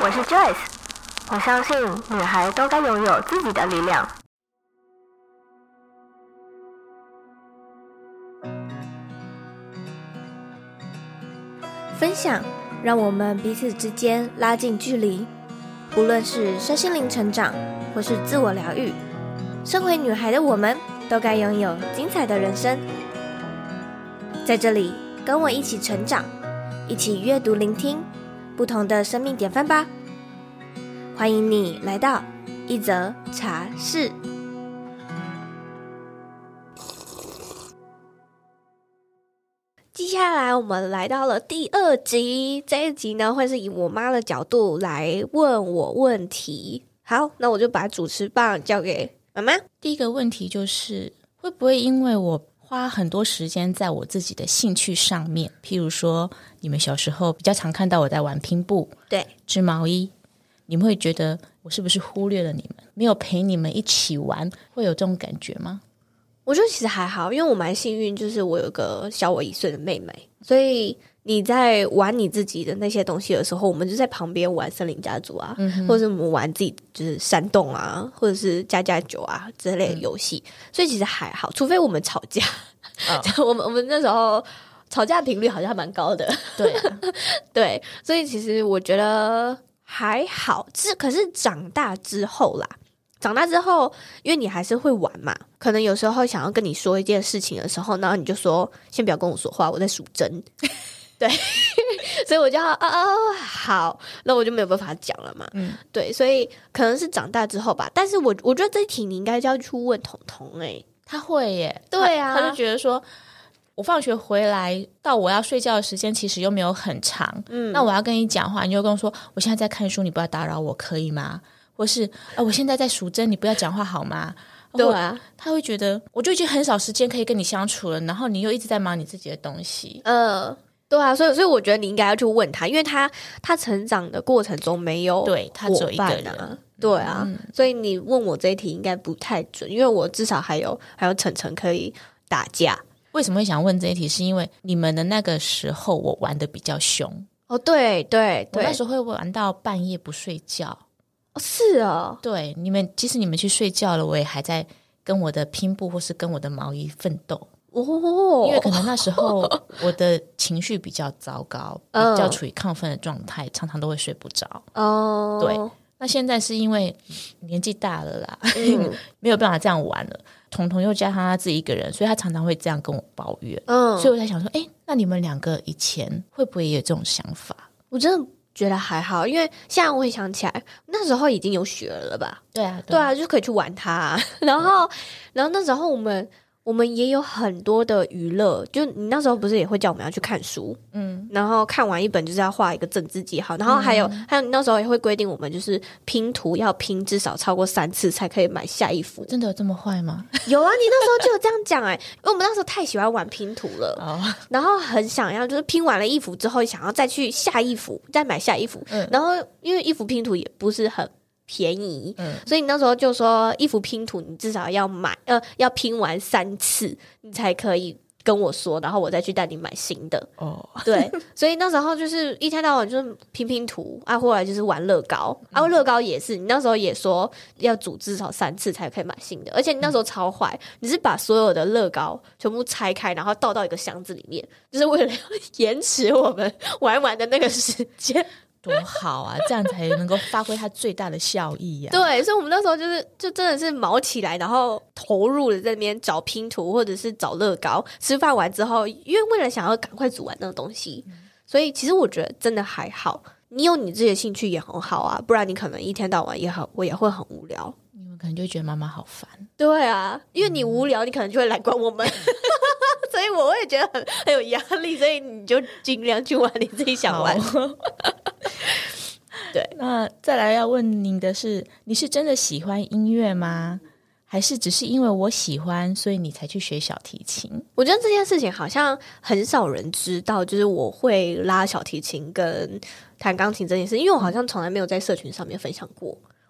我是 Joyce， 我相信女孩都该拥有自己的力量。 分享让我们彼此之间拉近距离，不论是身心灵成长或是自我疗愈，身为女孩的我们都该拥有精彩的人生。在这里跟我一起成长，一起阅读聆听不同的生命典范吧。欢迎你来到一则茶室。接下来我们来到了第2集，这一集呢会是以我妈的角度来问我问题。好，那我就把主持棒交给妈妈。 第一个问题就是会不会因为我花很多时间在我自己的兴趣上面，譬如说你们小时候比较常看到我在玩拼布， 对， 织毛衣，你们会觉得我是不是忽略了你们，没有陪你们一起玩，会有这种感觉吗？ 我觉得其实还好，因为我蛮幸运，就是我有个小我1岁的妹妹，所以你在玩你自己的那些东西的时候，我们就在旁边玩森林家族啊，或者是我们玩自己就是山洞啊，或者是加酒啊之类的游戏，所以其实还好，除非我们吵架。我们那时候吵架频率好像还蛮高的。 对啊对，所以其实我觉得还好，可是长大之后，因为你还是会玩嘛，可能有时候想要跟你说一件事情的时候，然后你就说先不要跟我说话，我在数针。对，所以我就好，那我就没有办法讲了嘛。对，所以可能是长大之后吧。但是我觉得这一题你应该就要去问彤彤他会耶。 对啊， 他就觉得说我放学回来到我要睡觉的时间其实又没有很长，那我要跟你讲话，你就跟我说我现在在看书，你不要打扰我可以吗？或是我现在在数针，你不要讲话好吗？ 对啊， 他会觉得我就已经很少时间可以跟你相处了，然后你又一直在忙你自己的东西。 对啊，所以我觉得你应该要去问他，因为他成长的过程中没有对他只有一个人。 对啊，所以你问我这一题应该不太准，因为我至少还有晨晨可以打架。 为什么会想问这一题？是因为你们的那个时候我玩的比较凶。 对，我那时候会玩到半夜不睡觉。 是哦， 对，即使你们去睡觉了，我也还在跟我的拼布或是跟我的毛衣奋斗。因为可能那时候我的情绪比较糟糕，比较处于亢奋的状态，常常都会睡不着。对，那现在是因为年纪大了啦，没有办法这样玩了。彤彤又加上他自己一个人，所以他常常会这样跟我抱怨。所以我在想说，那你们2个以前会不会也有这种想法？ 我真的觉得还好，因为现在我会想起来，那时候已经有雪了吧？ 对啊， 就可以去玩它。然后那时候我们也有很多的娱乐，就你那时候不是也会叫我们要去看书，然后看完一本就是要画一个正字记号，然后还有你那时候也会规定我们就是拼图要拼至少超过3次才可以买下一幅。 真的有这么坏吗？ 有啊，你那时候就有这样讲因为我们那时候太喜欢玩拼图了，然后很想要就是拼完了一幅之后想要再去下一幅，再买下一幅，然后因为一幅拼图也不是很便宜，所以你那时候就说一幅拼图你至少要要拼完3次你才可以跟我说，然后我再去带你买新的。对，所以那时候就是一天到晚就是拼图后来就是玩乐高乐高也是你那时候也说要组至少3次才可以买新的，而且你那时候超坏，你是把所有的乐高全部拆开然后倒到一个箱子里面，就是为了要延迟我们玩完的那个时间。 多好啊，这样才能够发挥它最大的效益啊。 对，所以我们那时候就真的是毛起来，然后投入了在那边找拼图或者是找乐高。吃饭完之后，因为为了想要赶快煮完那个东西，所以其实我觉得真的还好。你有你自己的兴趣也很好啊，不然你可能一天到晚我也会很无聊。 你们可能就会觉得妈妈好烦。 对啊，因为你无聊，你可能就会来管我们。所以我也觉得很有压力，所以你就尽量去玩你自己想玩。对， 那再来要问您的是，你是真的喜欢音乐吗？还是只是因为我喜欢所以你才去学小提琴？ 我觉得这件事情好像很少人知道，就是我会拉小提琴跟弹钢琴这件事，因为我好像从来没有在社群上面分享过。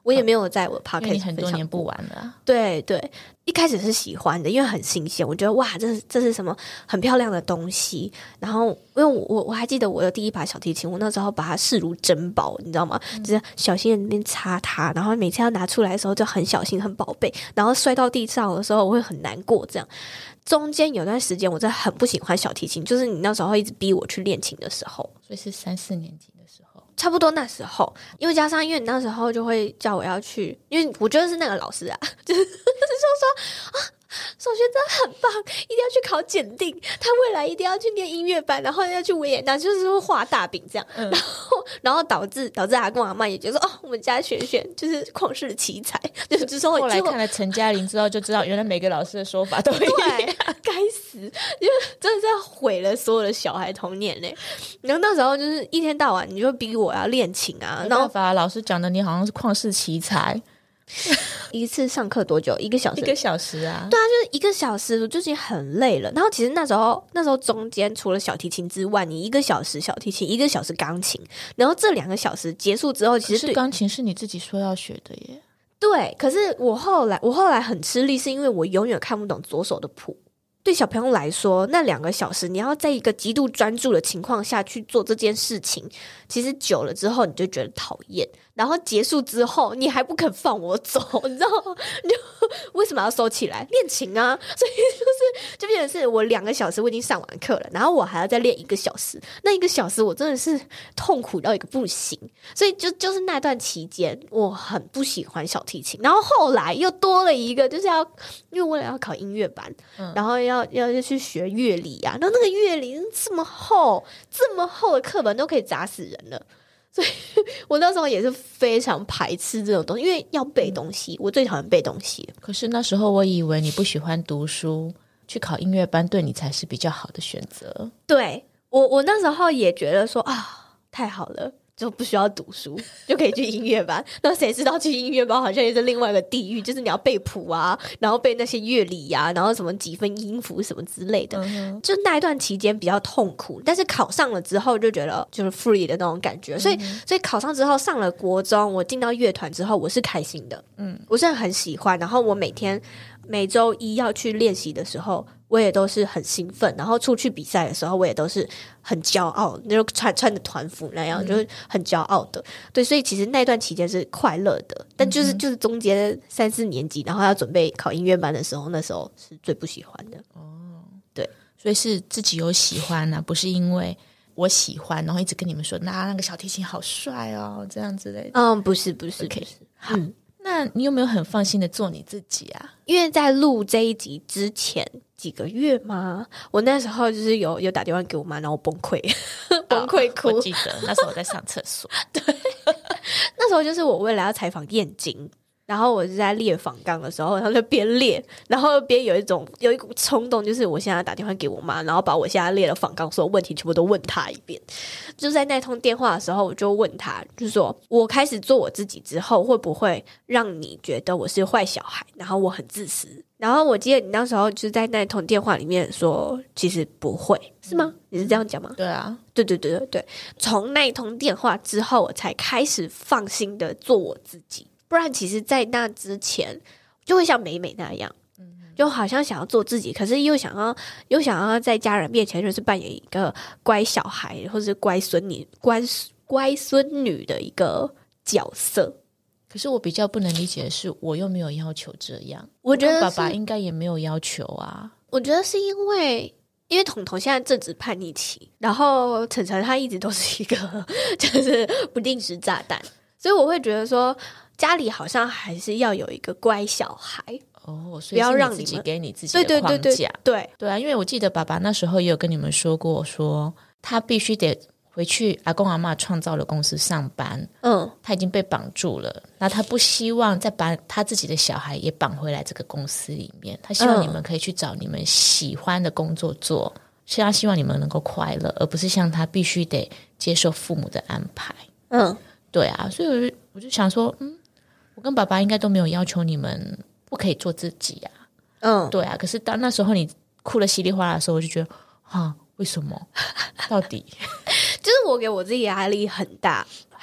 我也没有在我 podcast 因为你很多年不玩了啊。 对对，一开始是喜欢的，因为很新鲜，我觉得哇，这是什么很漂亮的东西。然后因为我还记得我的第一把小提琴，我那时候把它视如珍宝，你知道吗？就是小心在那边擦它，然后每次要拿出来的时候就很小心很宝贝，然后摔到地上的时候我会很难过。这样中间有段时间我真的很不喜欢小提琴，就是你那时候一直逼我去练琴的时候， 所以是3-4年级的时候。 差不多那时候，因为加上因为你那时候就会叫我要去，因为我觉得是那个老师啊，就是说啊，首轩真的很棒，一定要去考检定，他未来一定要去念音乐班，然后要去维也纳，就是说画大饼这样，然后导致阿公阿嬷也觉得说，哦，我们家璇就是旷世奇才，就是说后来看了陈嘉玲之后就知道，原来每个老师的说法都一样， 该死，因为真的是要毁了所有的小孩童年嘞。然后那时候就是一天到晚你就逼我要练琴啊， 没办法，老师讲的你好像是旷世奇才。 一次上课多久？1个小时。 1个小时啊？ 对啊，就是1个小时，我就已经很累了。然后其实那时候中间除了小提琴之外，你1个小时小提琴，1个小时钢琴，然后这2个小时结束之后，其实钢琴是你自己说要学的耶。 对，可是我后来很吃力，是因为我永远看不懂左手的谱。对小朋友来说，那2个小时你要在一个极度专注的情况下去做这件事情，其实久了之后你就觉得讨厌，然后结束之后你还不肯放我走，你知道吗？你就为什么要收起来练琴啊？所以就变成是我2个小时我已经上完课了，然后我还要再练1个小时，那1个小时我真的是痛苦到一个不行。所以就是那段期间我很不喜欢小提琴，然后后来又多了一个，就是因为为了要考音乐班，然后要去学乐理啊，然后那个乐理这么厚的课本都可以砸死人了，所以我那时候也是非常排斥这种东西，因为要背东西，我最讨厌背东西。 可是那时候我以为你不喜欢读书，去考音乐班对你才是比较好的选择。 对，我那时候也觉得说啊，太好了，就不需要读书就可以去音乐班。那谁知道去音乐班好像也是另外一个地狱，就是你要背谱啊，然后背那些乐理啊，然后什么几分音符什么之类的，就那一段期间比较痛苦。但是考上了之后就觉得就是 free 的那种感觉，所以考上之后上了国中，我进到乐团之后我是开心的，我是很喜欢。然后我每周一要去练习的时候，我也都是很兴奋，然后出去比赛的时候我也都是很骄傲，就穿着团服那样，就是很骄傲的。对，所以其实那段期间是快乐的，但就是中间3-4年级然后要准备考音乐班的时候，那时候是最不喜欢的。对， 所以是自己有喜欢啊，不是因为我喜欢然后一直跟你们说那个小提琴好帅哦这样之类的。 不是 okay. 好，那你有没有很放心的做你自己啊？ 因为在录这一集之前几个月嘛，我那时候就是有打电话给我妈，然后我崩溃哭。 我记得那时候我在上厕所。 对，那时候就是我为了要采访燕京，然后我就在列访纲的时候，然后就边列，然后边有一股冲动，就是我现在打电话给我妈，然后把我现在列的访纲所有问题全部都问她一遍。就在那通电话的时候，我就问她，就是说我开始做我自己之后，会不会让你觉得我是坏小孩，然后我很自私？然后我记得你那时候就在那通电话里面说，其实不会，是吗？你是这样讲吗？ 对啊， 对。从那一通电话之后，我才开始放心的做我自己。不然其实在那之前就会像美美那样，就好像想要做自己，可是又想要在家人面前就是扮演一个乖小孩或是乖孙女的一个角色。 可是我比较不能理解的是，我又没有要求这样， 我觉得爸爸应该也没有要求啊。 我觉得是因为彤彤现在正值叛逆期，然后晨晨他一直都是一个就是不定时炸弹，所以我会觉得说家里好像还是要有一个乖小孩哦，所以是你自己给你自己的框架。对啊，因为我记得爸爸那时候也有跟你们说过，说他必须得回去阿公阿嬷创造的公司上班，他已经被绑住了，那他不希望再把他自己的小孩也绑回来这个公司里面，他希望你们可以去找你们喜欢的工作做，希望你们能够快乐，而不是像他必须得接受父母的安排。对啊，所以我就想说我跟爸爸应该都没有要求你们不可以做自己啊。对啊，可是当那时候你哭了稀里哗啦的时候，我就觉得为什么到底就是我给我自己压力很大，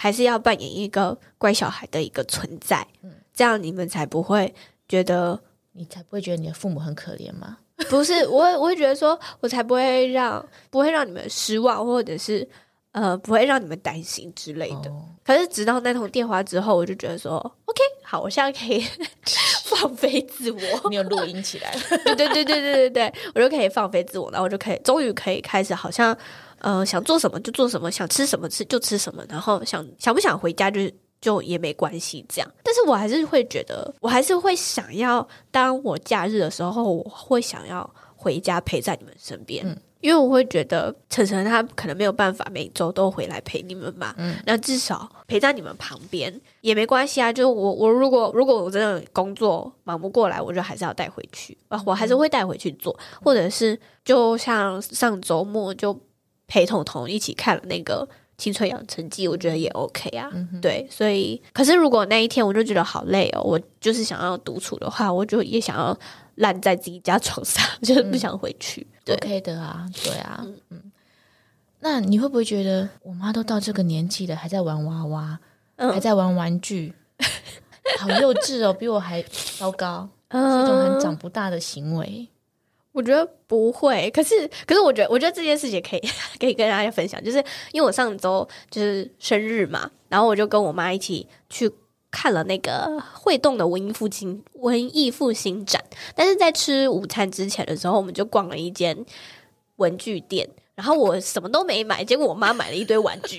还是要扮演一个乖小孩的一个存在，这样你们才不会觉得， 你才不会觉得你的父母很可怜吗？ 不是，我会觉得说，我才不会让你们失望，或者是不会让你们担心之类的。可是直到那通电话之后，我就觉得说 OK 好，我现在可以放飞自我。 你有录音起来了。 对，我就可以放飞自我，然后我就可以终于可以开始好像想做什么就做什么，想吃什么就吃什么，然后想不想回家就也没关系这样。但是我还是会觉得，我还是会想要，当我假日的时候，我会想要回家陪在你们身边。因为我会觉得晨晨他可能没有办法每周都回来陪你们嘛，那至少陪在你们旁边也没关系啊。就是我如果我真的工作忙不过来，我就还是要带回去，我还是会带回去做，或者是就像上周末就陪彤彤一起看了那个青春养成记，我觉得也 OK 啊。对，所以可是如果那一天我就觉得好累哦，我就是想要独处的话，我就也想要烂在自己家床上，就是不想回去。对 OK 的啊，对啊。那你会不会觉得我妈都到这个年纪了，还在玩娃娃，还在玩玩具，好幼稚哦，比我还糟糕，是一种很长不大的行为。 我觉得不会，可是我觉得这件事情可以跟大家分享，就是因为我上周就是生日嘛，然后我就跟我妈一起去看了那个会动的文艺复兴展，但是在吃午餐之前的时候，我们就逛了一间文具店，然后我什么都没买，结果我妈买了一堆玩具。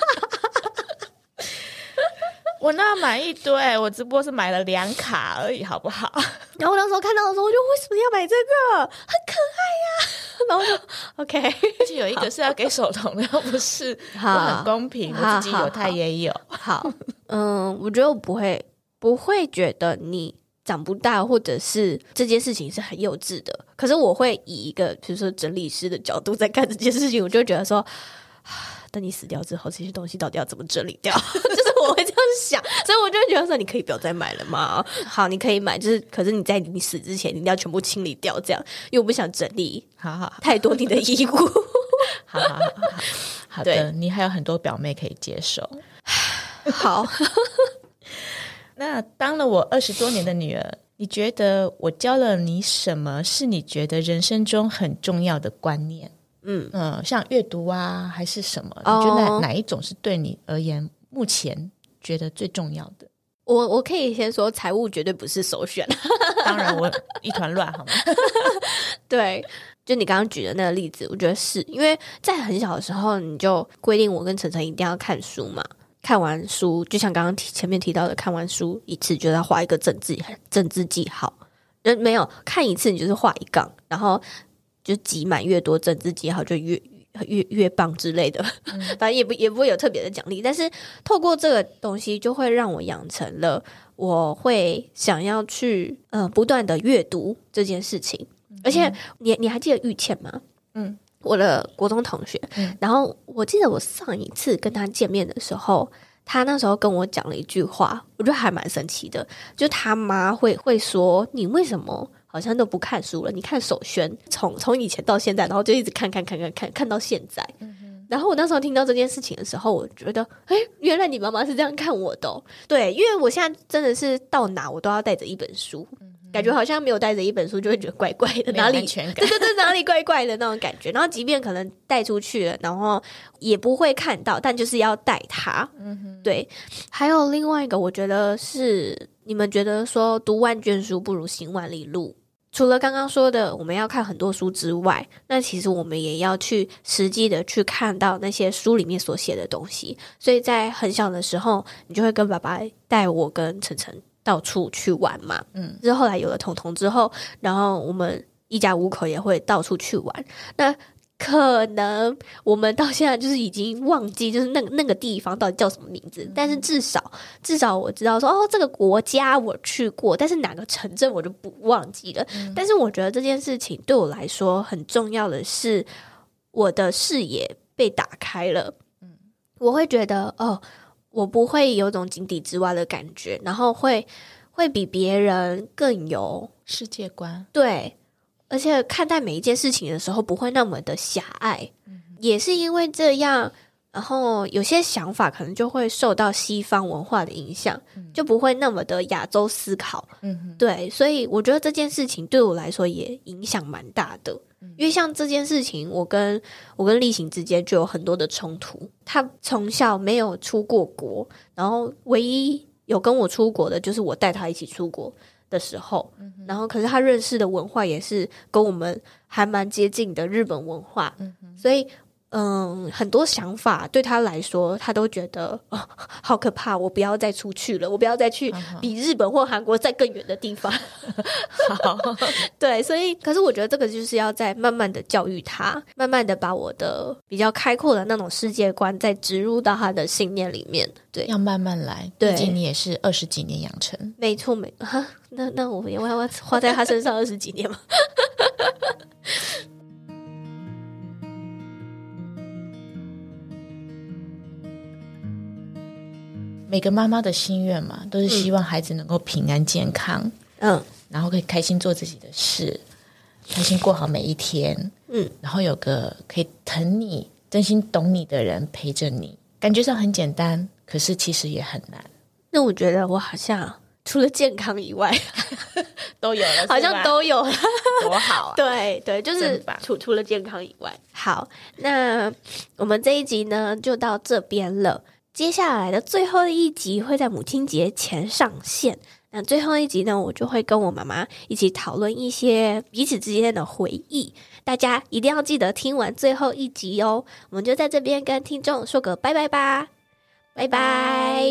我那买一堆，我只不过是买了2卡而已，好不好？ 然后我那时候看到的时候，我就为什么要买这个？很可爱呀！然后就 OK， 而且有一个是要给手童的，又不是，我很公平，我自己有，他也有。 好，我觉得我不会觉得你长不大，或者是这件事情是很幼稚的。可是我会以一个比如说整理师的角度在看这件事情，我就觉得说，等你死掉之后，这些东西到底要怎么整理掉？就是我会这样想，所以我就觉得说，你可以不要再买了嘛。好，你可以买，就是可是你在你死之前，你一定要全部清理掉，这样，因为我不想整理太多你的衣物。 好的，你还有很多表妹可以接受。 好， 那当了我20多年的女儿，你觉得我教了你什么是你觉得人生中很重要的观念？像阅读啊，还是什么？你觉得哪一种是对你而言目前觉得最重要的？ 我可以先说，财务绝对不是首选。 当然，我一团乱，好吗？ 对，就你刚刚举的那个例子，我觉得是因为在很小的时候，你就规定我跟晨晨一定要看书嘛。看完书，就像刚刚前面提到的，看完书一次就要画一个正字记号。没有看一次，你就是画一杠，然后就集满越多正字记号就越棒之类的。反正也不会有特别的奖励，但是透过这个东西，就会让我养成了我会想要去不断的阅读这件事情。而且你还记得玉倩吗？我的国中同学，然后我记得我上一次跟他见面的时候，他那时候跟我讲了一句话，我觉得还蛮神奇的，就他妈会说，你为什么好像都不看书了？你看手宣，从以前到现在，然后就一直看到现在。然后我那时候听到这件事情的时候，我觉得，原来你妈妈是这样看我的哦。对，因为我现在真的是到哪我都要带着一本书。感觉好像没有带着一本书就会觉得怪怪的，哪里对，哪里怪怪的那种感觉。然后即便可能带出去了，然后也不会看到，但就是要带它。对。还有另外一个，我觉得是你们觉得说读万卷书不如行万里路。除了刚刚说的我们要看很多书之外，那其实我们也要去实际的去看到那些书里面所写的东西。所以在很小的时候，你就会跟爸爸带我跟晨晨到处去玩嘛。就是后来有了彤彤之后，然后我们一家5口也会到处去玩。那可能我们到现在就是已经忘记就是那个地方到底叫什么名字，但是至少我知道说这个国家我去过，但是哪个城镇我就不忘记了。但是我觉得这件事情对我来说很重要的是我的视野被打开了。我会觉得我不会有种井底之蛙的感觉，然后会比别人更有世界观。 对，而且看待每一件事情的时候不会那么的狭隘。也是因为这样， 然后有些想法可能就会受到西方文化的影响，就不会那么的亚洲思考。对，所以我觉得这件事情对我来说也影响蛮大的。因为像这件事情，我跟立行之间就有很多的冲突。他从小没有出过国，然后唯一有跟我出国的就是我带他一起出国的时候，然后可是他认识的文化也是跟我们还蛮接近的日本文化，所以很多想法对他来说他都觉得好可怕，我不要再出去了，我不要再去比日本或韩国再更远的地方。好对，所以可是我觉得这个就是要再慢慢的教育他，慢慢的把我的比较开阔的那种世界观再植入到他的信念里面。对， 要慢慢来，毕竟你也是20几年养成。 没错那我要花在他身上20几年吗？ 每个妈妈的心愿嘛，都是希望孩子能够平安健康，然后可以开心做自己的事，开心过好每一天，然后有个可以疼你、真心懂你的人陪着你，感觉上很简单，可是其实也很难。 那我觉得我好像除了健康以外都有了， 好像都有了， 多好啊！ 对对，就是除了健康以外。好，那我们这一集呢就到这边了。接下来的最后一集会在母亲节前上线。那最后一集呢，我就会跟我妈妈一起讨论一些彼此之间的回忆，大家一定要记得听完最后一集哦。我们就在这边跟听众说个拜拜吧，拜拜。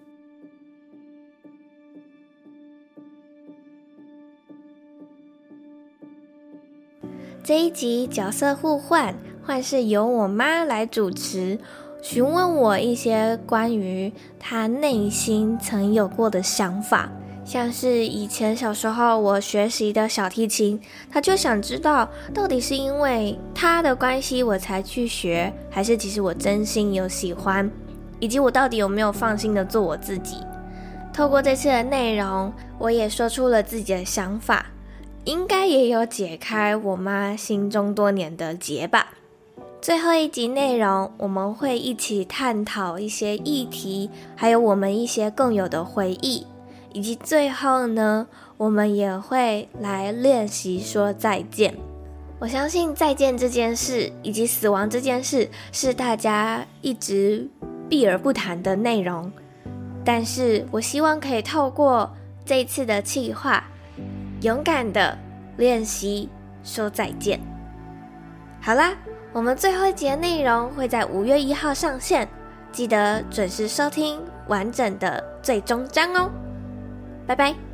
这一集角色互换是由我妈来主持，询问我一些关于她内心曾有过的想法，像是以前小时候我学习的小提琴，她就想知道到底是因为她的关系我才去学，还是其实我真心有喜欢，以及我到底有没有放心的做我自己。透过这次的内容，我也说出了自己的想法，应该也有解开我妈心中多年的结吧。最后一集内容，我们会一起探讨一些议题，还有我们一些共有的回忆，以及最后呢，我们也会来练习说再见。我相信再见这件事，以及死亡这件事，是大家一直避而不谈的内容，但是我希望可以透过这一次的企划，勇敢的练习说再见。好啦，我们最后一集的内容会在5月1号上线，记得准时收听完整的最终章哦。拜拜。